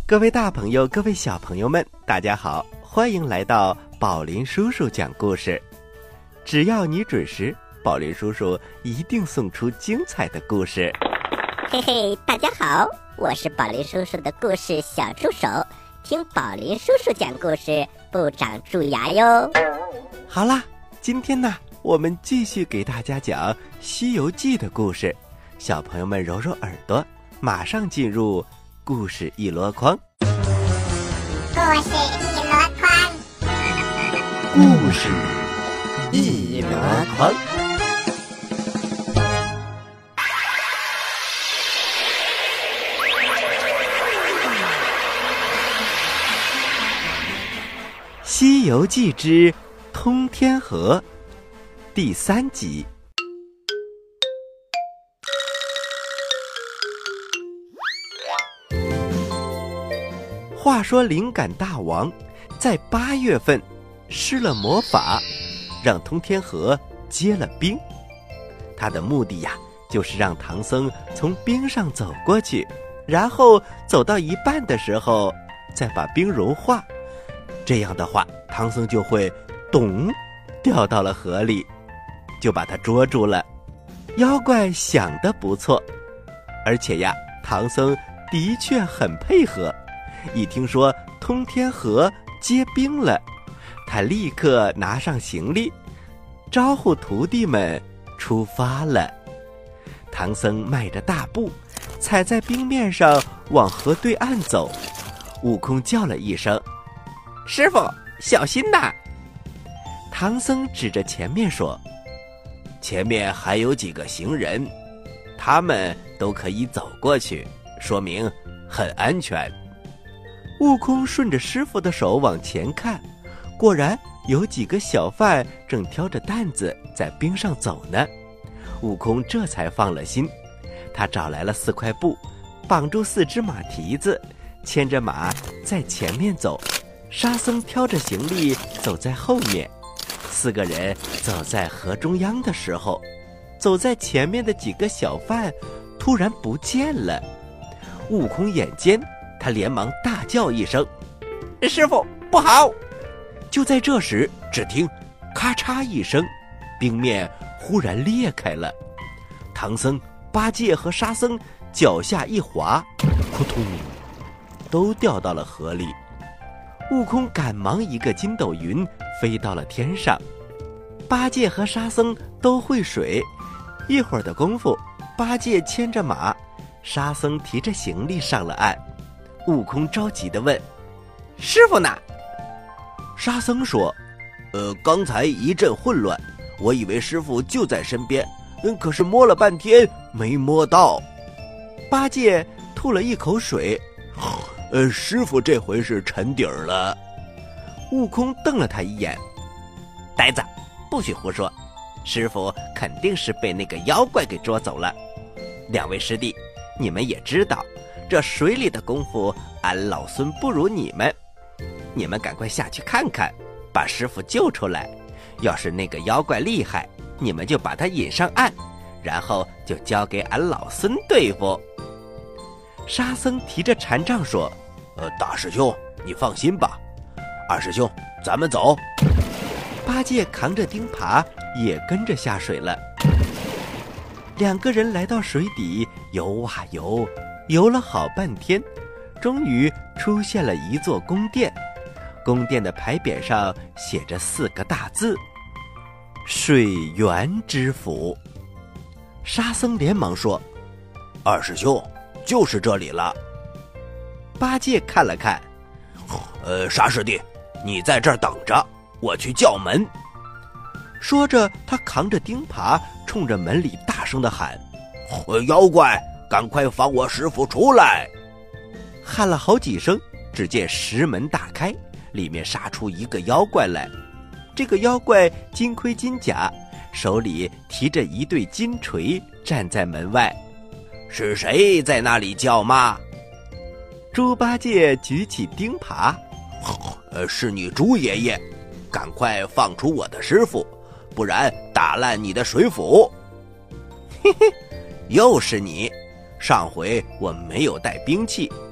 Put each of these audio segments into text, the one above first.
各位大朋友，各位小朋友们，大家好，欢迎来到宝林叔叔讲故事。只要你准时，宝林叔叔一定送出精彩的故事。 嘿嘿，大家好，我是宝林叔叔的故事小助手，听宝林叔叔讲故事，不长蛀牙哟。 好啦，今天呢，我们继续给大家讲《西游记》的故事。小朋友们揉揉耳朵，马上进入故事一箩筐。 故事一箩筐， 故事一箩筐。《西游记之通天河》第3集。话说灵感大王在8月份施了魔法，让通天河结了冰。他的目的呀，就是让唐僧从冰上走过去，然后走到一半的时候再把冰融化。这样的话，唐僧就会咚掉到了河里，就把他捉住了。妖怪想得不错，而且呀，唐僧的确很配合。一听说通天河结冰了，他立刻拿上行李，招呼徒弟们出发了。唐僧迈着大步，踩在冰面上往河对岸走。悟空叫了一声：“师傅，小心呐！”唐僧指着前面说：“前面还有几个行人，他们都可以走过去，说明很安全。”悟空顺着师傅的手往前看，果然有几个小贩正挑着担子在冰上走呢。悟空这才放了心，他找来了4块布，绑住4只马蹄子，牵着马在前面走，沙僧挑着行李走在后面。4个人走在河中央的时候，走在前面的几个小贩突然不见了。悟空眼尖，他连忙大叫一声：“师傅，不好！”就在这时，只听咔嚓一声，冰面忽然裂开了。唐僧、八戒和沙僧脚下一滑，扑通，都掉到了河里。悟空赶忙一个筋斗云飞到了天上。八戒和沙僧都会水，一会儿的功夫，八戒牵着马，沙僧提着行李上了岸。悟空着急地问：“师傅呢？”沙僧说：“刚才一阵混乱，我以为师傅就在身边，可是摸了半天没摸到。”八戒吐了一口水：“师傅这回是沉底儿了。”悟空瞪了他一眼：“呆子，不许胡说！师傅肯定是被那个妖怪给捉走了。2位师弟，你们也知道，这水里的功夫，俺老孙不如你们。你们赶快下去看看，把师傅救出来。要是那个妖怪厉害，你们就把他引上岸，然后就交给俺老孙对付。”沙僧提着禅杖说：“大师兄，你放心吧。二师兄，咱们走。”八戒扛着钉耙也跟着下水了。2个人来到水底，游啊游，游了好半天，终于出现了一座宫殿。宫殿的牌匾上写着4个大字：水源之府。沙僧连忙说：“二师兄，就是这里了。”八戒看了看：“沙师弟，你在这儿等着，我去叫门。”说着，他扛着钉耙，冲着门里大声地喊：“妖怪，赶快放我师傅出来！”喊了好几声，只见石门大开，里面杀出一个妖怪来。这个妖怪金盔金甲，手里提着一对金锤，站在门外。“是谁在那里叫骂？”猪八戒举起钉耙：“是你猪爷爷，赶快放出我的师傅，不然打烂你的水府。”“嘿嘿，又是你！上回我没有带兵器，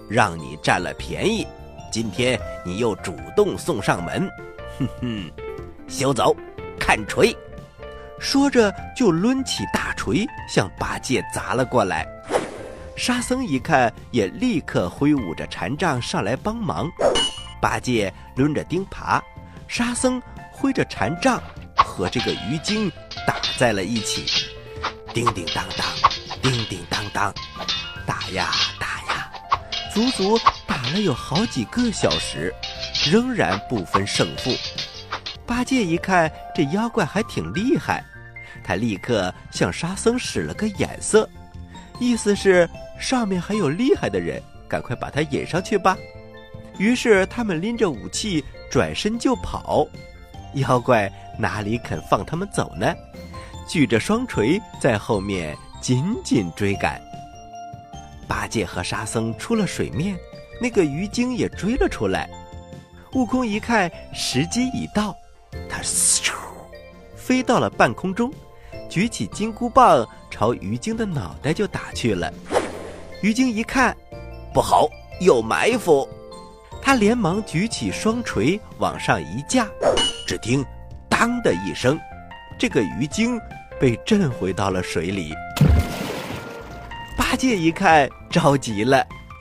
让你占了便宜，今天你又主动送上门，哼哼，休走，看锤！说着就抡起大锤向八戒砸了过来。沙僧一看，也立刻挥舞着禅杖上来帮忙。八戒抡着钉耙，沙僧挥着禅杖，和这个鱼精打在了一起。叮叮当当，叮叮当当，打呀打呀，足足打了有好几个小时，仍然不分胜负。八戒一看这妖怪还挺厉害，他立刻向沙僧使了个眼色，意思是上面还有厉害的人，赶快把他引上去吧。于是他们拎着武器转身就跑，妖怪哪里肯放他们走呢？举着双锤在后面紧紧追赶。八戒和沙僧出了水面，那个鱼精也追了出来。悟空一看时机已到，他嗖飞到了半空中，举起金箍棒朝鱼精的脑袋就打去了。鱼精一看不好，有埋伏，他连忙举起双锤往上一架，只听当的一声，这个鱼精被震回到了水里。八戒一看着急了，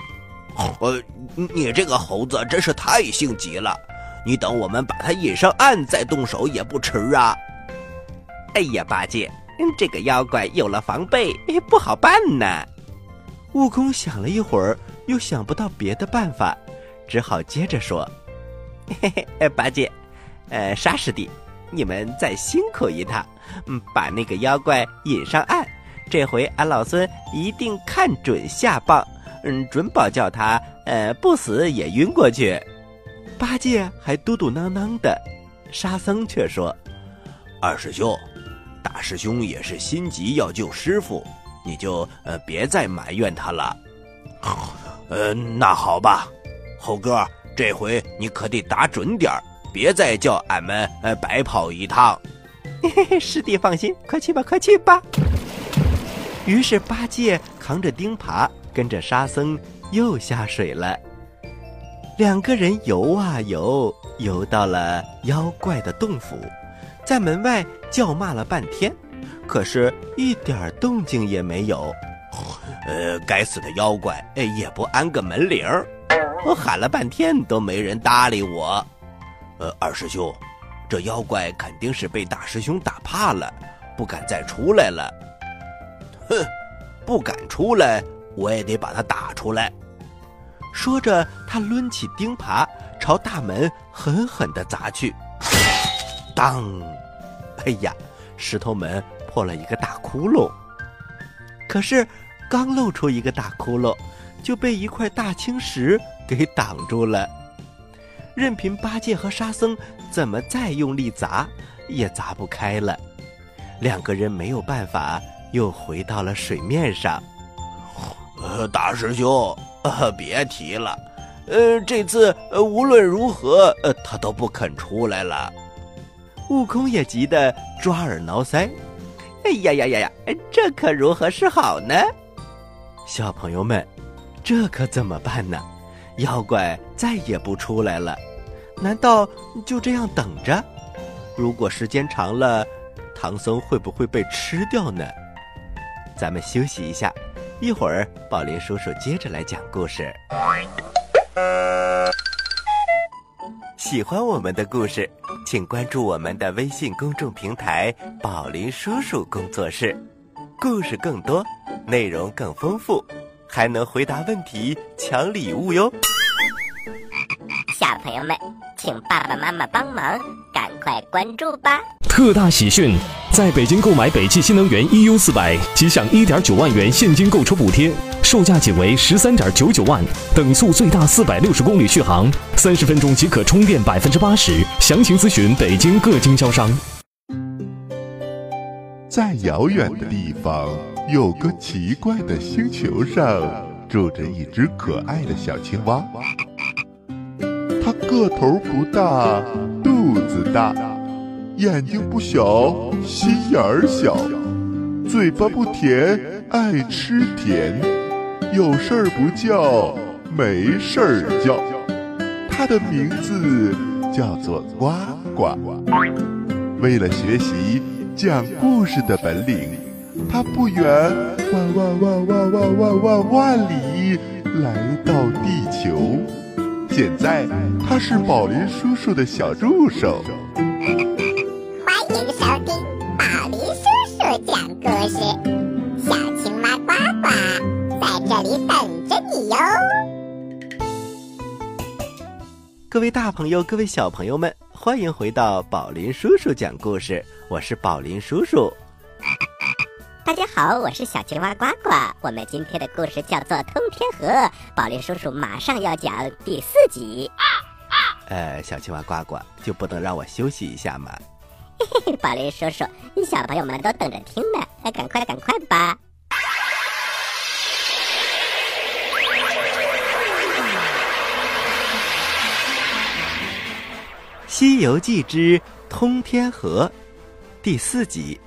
你这个猴子真是太性急了，你等我们把他引上岸再动手也不迟啊。哎呀，八戒，这个妖怪有了防备，不好办呢。悟空想了一会儿，又想不到别的办法，只好接着说：嘿嘿，八戒，沙师弟，你们再辛苦一趟，把那个妖怪引上岸，这回俺老孙一定看准下棒，准保叫他不死也晕过去。八戒还嘟嘟囔囔的，沙僧却说：二师兄，大师兄也是心急要救师傅，你就别再埋怨他了。那好吧，猴哥，这回你可得打准点，别再叫俺们白跑一趟。师弟放心，快去吧快去吧。于是八戒扛着钉耙跟着沙僧又下水了。两个人游啊游，游到了妖怪的洞府，在门外叫骂了半天，可是一点动静也没有。该死的妖怪，也不安个门铃，我喊了半天都没人搭理我。二师兄，这妖怪肯定是被大师兄打怕了，不敢再出来了。哼，不敢出来，我也得把他打出来。说着，他抡起钉耙朝大门狠狠地砸去。当！哎呀，石头门破了一个大窟窿。可是刚露出一个大窟窿，就被一块大青石给挡住了。任凭八戒和沙僧怎么再用力砸，也砸不开了。两个人没有办法，又回到了水面上。大师兄，别提了，这次无论如何，他都不肯出来了。悟空也急得抓耳挠腮。哎呀呀呀呀，这可如何是好呢？小朋友们，这可怎么办呢？妖怪再也不出来了，难道就这样等着？如果时间长了，唐僧会不会被吃掉呢？咱们休息一下，一会儿宝林叔叔接着来讲故事。喜欢我们的故事，请关注我们的微信公众平台宝林叔叔工作室，故事更多，内容更丰富，还能回答问题抢礼物哟。 小朋友们，请爸爸妈妈帮忙，赶快关注吧。 特大喜讯！在北京购买北汽新能源 EU400，即享 1.9 万元现金购车补贴，售价仅为 13.99 万，等速最大460公里续航，30分钟即可充电80%。详情咨询北京各经销商。 在遥远的地方，有个奇怪的星球上，住着一只可爱的小青蛙。它个头不大，肚子大，眼睛不小，心眼儿小，嘴巴不甜，爱吃甜，有事儿不叫， 没事儿叫。它的名字叫做呱呱。为了学习讲故事的本领，它不远万里来到地球。现在他是宝林叔叔的小助手。 欢迎收听宝林叔叔讲故事，小青蛙呱呱在这里等着你哟。 各位大朋友，各位小朋友们，欢迎回到宝林叔叔讲故事，我是宝林叔叔。 大家好，我是小青蛙呱呱。我们今天的故事叫做《通天河》，宝林叔叔马上要讲第4集。 小青蛙呱呱，就不能让我休息一下吗？ 嘿嘿，宝林叔叔，小朋友们都等着听呢，赶快吧。 《西游记之通天河》第4集。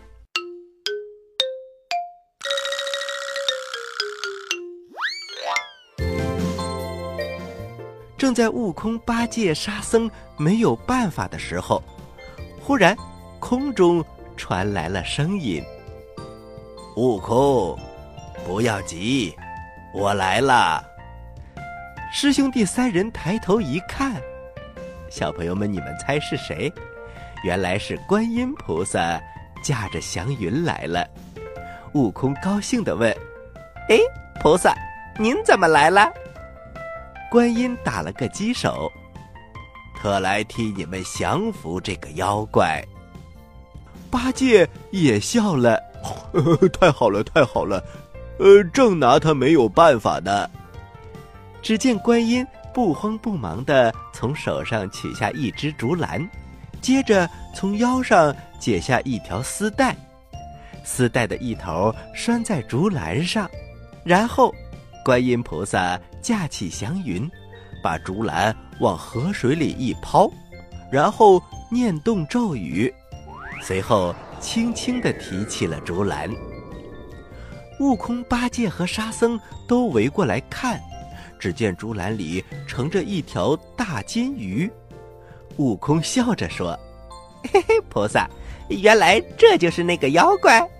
正在悟空、八戒、沙僧没有办法的时候，忽然空中传来了声音：“悟空，不要急，我来了。”师兄弟3人抬头一看，小朋友们，你们猜是谁？原来是观音菩萨驾着祥云来了。悟空高兴地问：“哎，菩萨，您怎么来了？”观音打了个鸡手：“特来替你们降服这个妖怪。”八戒也笑了：“太好了，太好了，正拿他没有办法呢。”只见观音不慌不忙地从手上取下一只竹篮，接着从腰上解下一条丝带，丝带的一头拴在竹篮上，然后观音菩萨架起祥云，把竹篮往河水里一抛，然后念动咒语，随后轻轻地提起了竹篮。悟空、八戒和沙僧都围过来看，只见竹篮里盛着一条大金鱼。悟空笑着说：“嘿嘿，菩萨，原来这就是那个妖怪。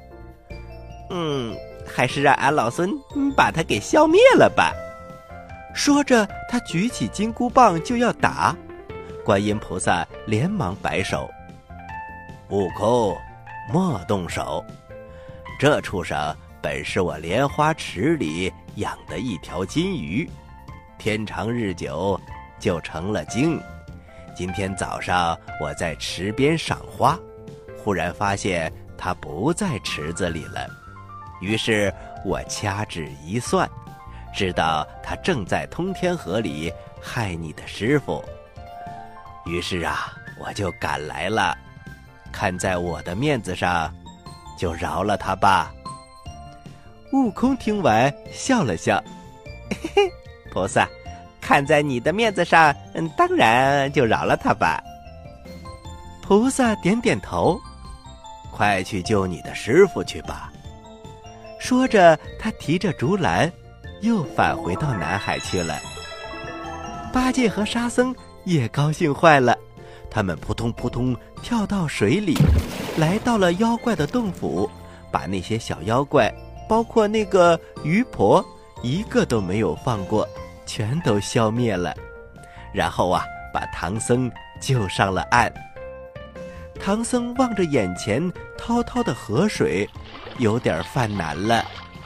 还是让俺老孙把他给消灭了吧。”说着，他举起金箍棒就要打。观音菩萨连忙摆手：“悟空，莫动手，这畜生本是我莲花池里养的一条金鱼，天长日久就成了精。今天早上我在池边赏花，忽然发现它不在池子里了，于是我掐指一算，知道它正在通天河里害你的师傅，于是我就赶来了，看在我的面子上，就饶了他吧。”悟空听完笑了笑：“嘿嘿，菩萨，看在你的面子上，当然就饶了他吧。”菩萨点点头：“快去救你的师傅去吧。”说着，他提着竹篮又返回到南海去了。八戒和沙僧也高兴坏了，他们扑通扑通跳到水里，来到了妖怪的洞府，把那些小妖怪，包括那个鱼婆，一个都没有放过，全都消灭了。然后把唐僧救上了岸。唐僧望着眼前滔滔的河水，有点犯难了。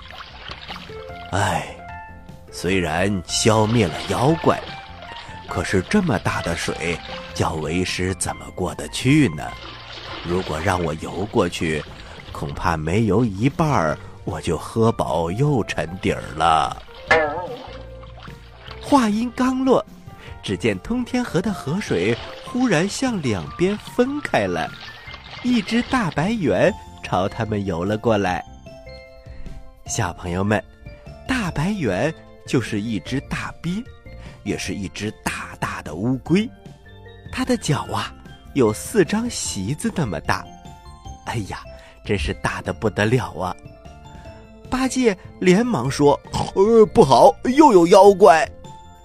虽然消灭了妖怪，可是这么大的水，叫为师怎么过得去呢？如果让我游过去，恐怕没游一半，我就喝饱又沉底儿了。话音刚落，只见通天河的河水忽然向两边分开了，一只大白猿朝他们游了过来。小朋友们，大白猿就是一只大鳖，也是一只大大的乌龟，它的脚有4张席子那么大，真是大得不得了啊！八戒连忙说：“不好，又有妖怪！”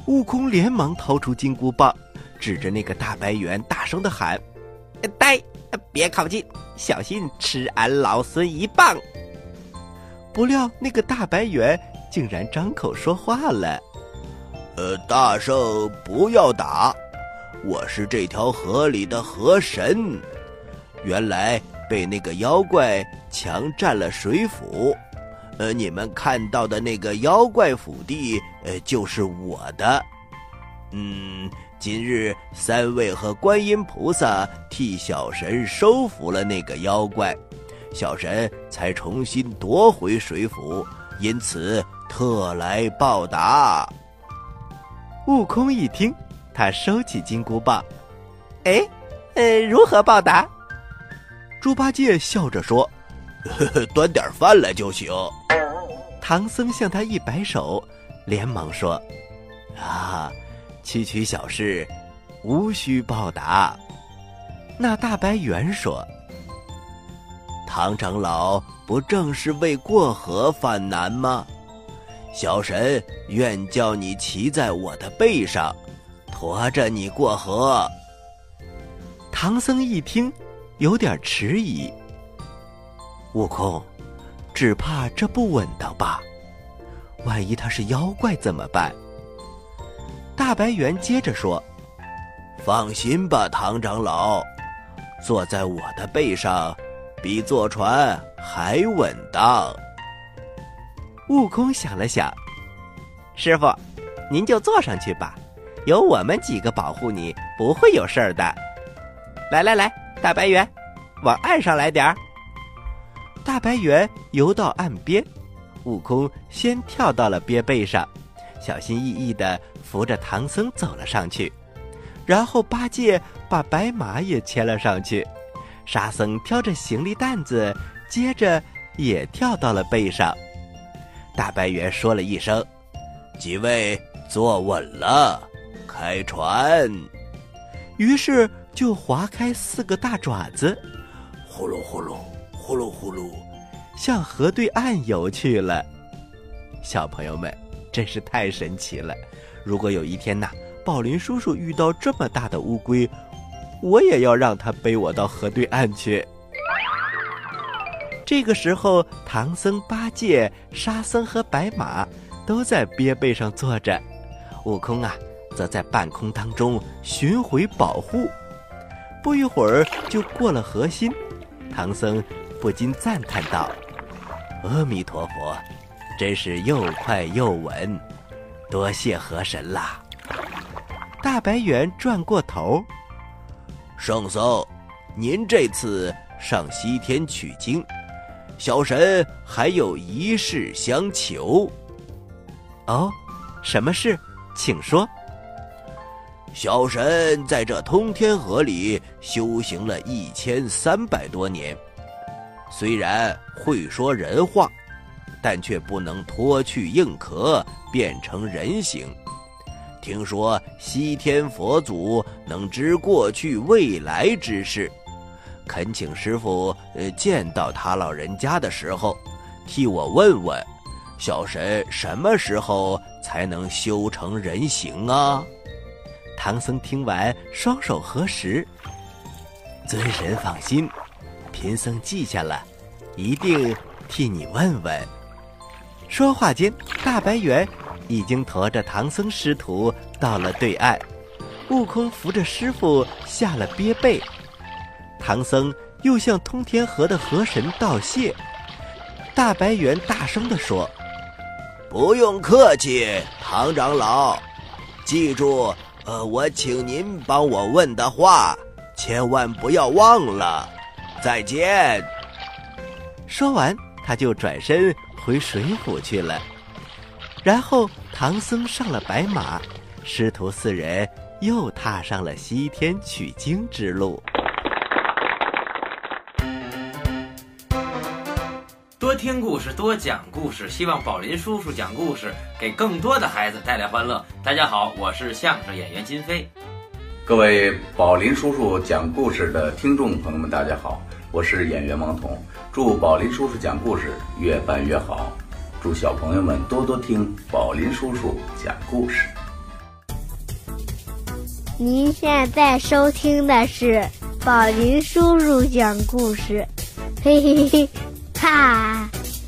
悟空连忙掏出金箍棒，指着那个大白猿大声地喊：呆，别靠近，小心吃俺老孙一棒。不料那个大白猿竟然张口说话了：大圣不要打，我是这条河里的河神，原来被那个妖怪强占了水府，你们看到的那个妖怪府地，就是我的。今日三位和观音菩萨替小神收服了那个妖怪，小神才重新夺回水府，因此特来报答。悟空一听，他收起金箍棒，如何报答？猪八戒笑着说：端点饭来就行。唐僧向他一摆手，连忙说：区区小事，无需报答。那大白猿说：唐长老不正是为过河犯难吗？小神愿叫你骑在我的背上，驮着你过河。唐僧一听，有点迟疑。悟空，只怕这不稳当吧？万一他是妖怪怎么办？大白猿接着说：放心吧，唐长老，坐在我的背上，比坐船还稳当。悟空想了想：师傅，您就坐上去吧，有我们几个保护你，不会有事儿的。来，大白猿，往岸上来点儿。大白猿游到岸边，悟空先跳到了鳖背上，小心翼翼地扶着唐僧走了上去，然后八戒把白马也牵了上去，沙僧挑着行李担子，接着也跳到了背上。大白猿说了一声：几位坐稳了，开船。于是就划开4个大爪子，呼噜呼噜呼噜呼噜，向河对岸游去了。小朋友们，真是太神奇了！如果有一天宝林叔叔遇到这么大的乌龟，我也要让他背我到河对岸去。这个时候，唐僧、八戒、沙僧和白马都在鳖背上坐着，悟空则在半空当中巡回保护。不一会儿就过了河心，唐僧不禁赞叹道：阿弥陀佛，真是又快又稳，多谢河神啦。大白猿转过头：圣僧，您这次上西天取经，小神还有一事相求。什么事？请说。小神在这通天河里修行了1300多年，虽然会说人话，但却不能脱去硬壳变成人形。听说西天佛祖能知过去未来之事，恳请师父见到他老人家的时候，替我问问，小神什么时候才能修成人形啊？唐僧听完，双手合十：尊神放心，贫僧记下了，一定替你问问。说话间，大白猿已经驮着唐僧师徒到了对岸，悟空扶着师傅下了鳖背，唐僧又向通天河的河神道谢。大白猿大声地说：不用客气，唐长老，记住我请您帮我问的话，千万不要忘了。再见。说完，他就转身回水府去了。然后唐僧上了白马，师徒4人又踏上了西天取经之路。 多听故事，多讲故事，希望宝林叔叔讲故事给更多的孩子带来欢乐。大家好，我是相声演员金飞。 各位宝林叔叔讲故事的听众朋友们，大家好，我是演员王彤。祝宝林叔叔讲故事越办越好，祝小朋友们多多听宝林叔叔讲故事。 您现在收听的是宝林叔叔讲故事，嘿嘿嘿，哈！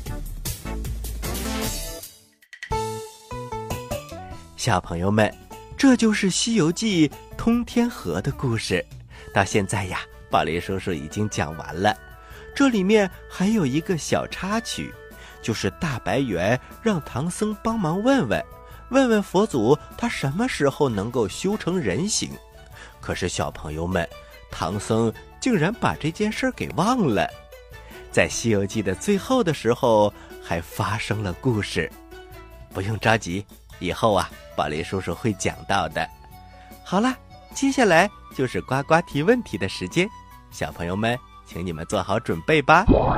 小朋友们，这就是《西游记》通天河的故事。到现在呀，宝林叔叔已经讲完了。这里面还有一个小插曲，就是大白猿让唐僧帮忙问问佛祖，他什么时候能够修成人形。可是小朋友们，唐僧竟然把这件事给忘了。在《西游记》的最后的时候，还发生了故事。不用着急，以后啊，宝林叔叔会讲到的。好了，接下来就是呱呱提问题的时间，小朋友们，请你们做好准备吧。 我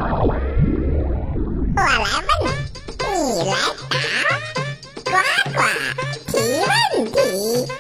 来问，你来答，呱呱提问题。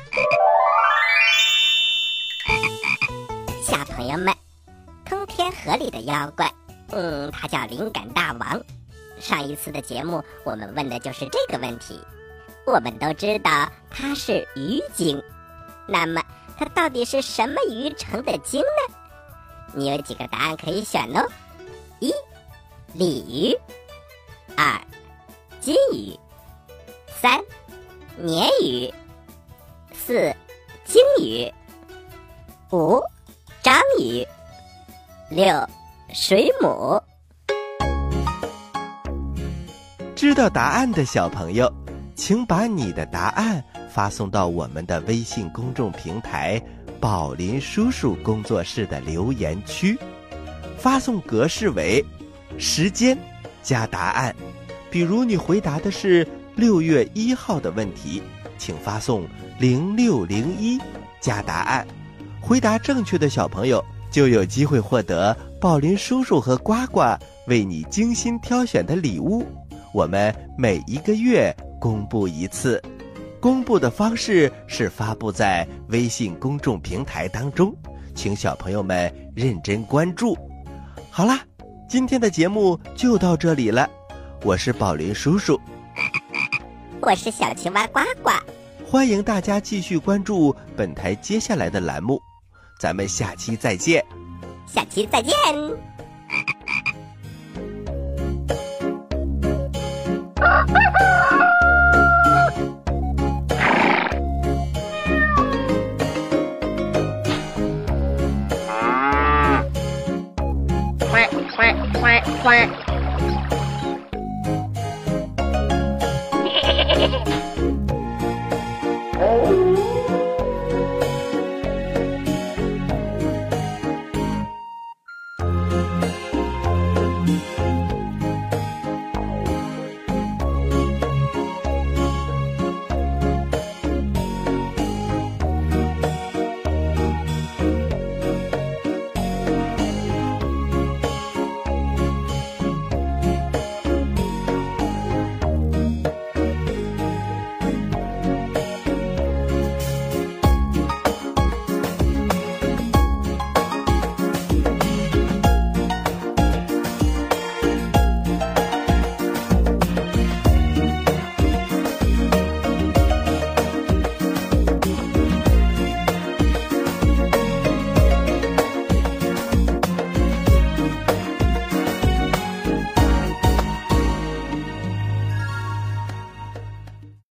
小朋友们，通天河里的妖怪，他叫灵感大王。上一次的节目，我们问的就是这个问题。我们都知道它是鱼精，那么它到底是什么鱼成的精呢？你有几个答案可以选哦：1. 鲤鱼；2. 金鱼；3. 鲶鱼；4. 鲸鱼；5. 章鱼；6. 水母。 知道答案的小朋友，请把你的答案发送到我们的微信公众平台宝林叔叔工作室的留言区，发送格式为时间加答案。比如你回答的是6月1号的问题，请发送0601加答案。回答正确的小朋友就有机会获得宝林叔叔和呱呱为你精心挑选的礼物。我们每1个月公布一次，公布的方式是发布在微信公众平台当中，请小朋友们认真关注。好啦，今天的节目就到这里了，我是宝林叔叔， 我是小青蛙呱呱， 欢迎大家继续关注本台接下来的栏目，咱们下期再见。 下期再见。 快！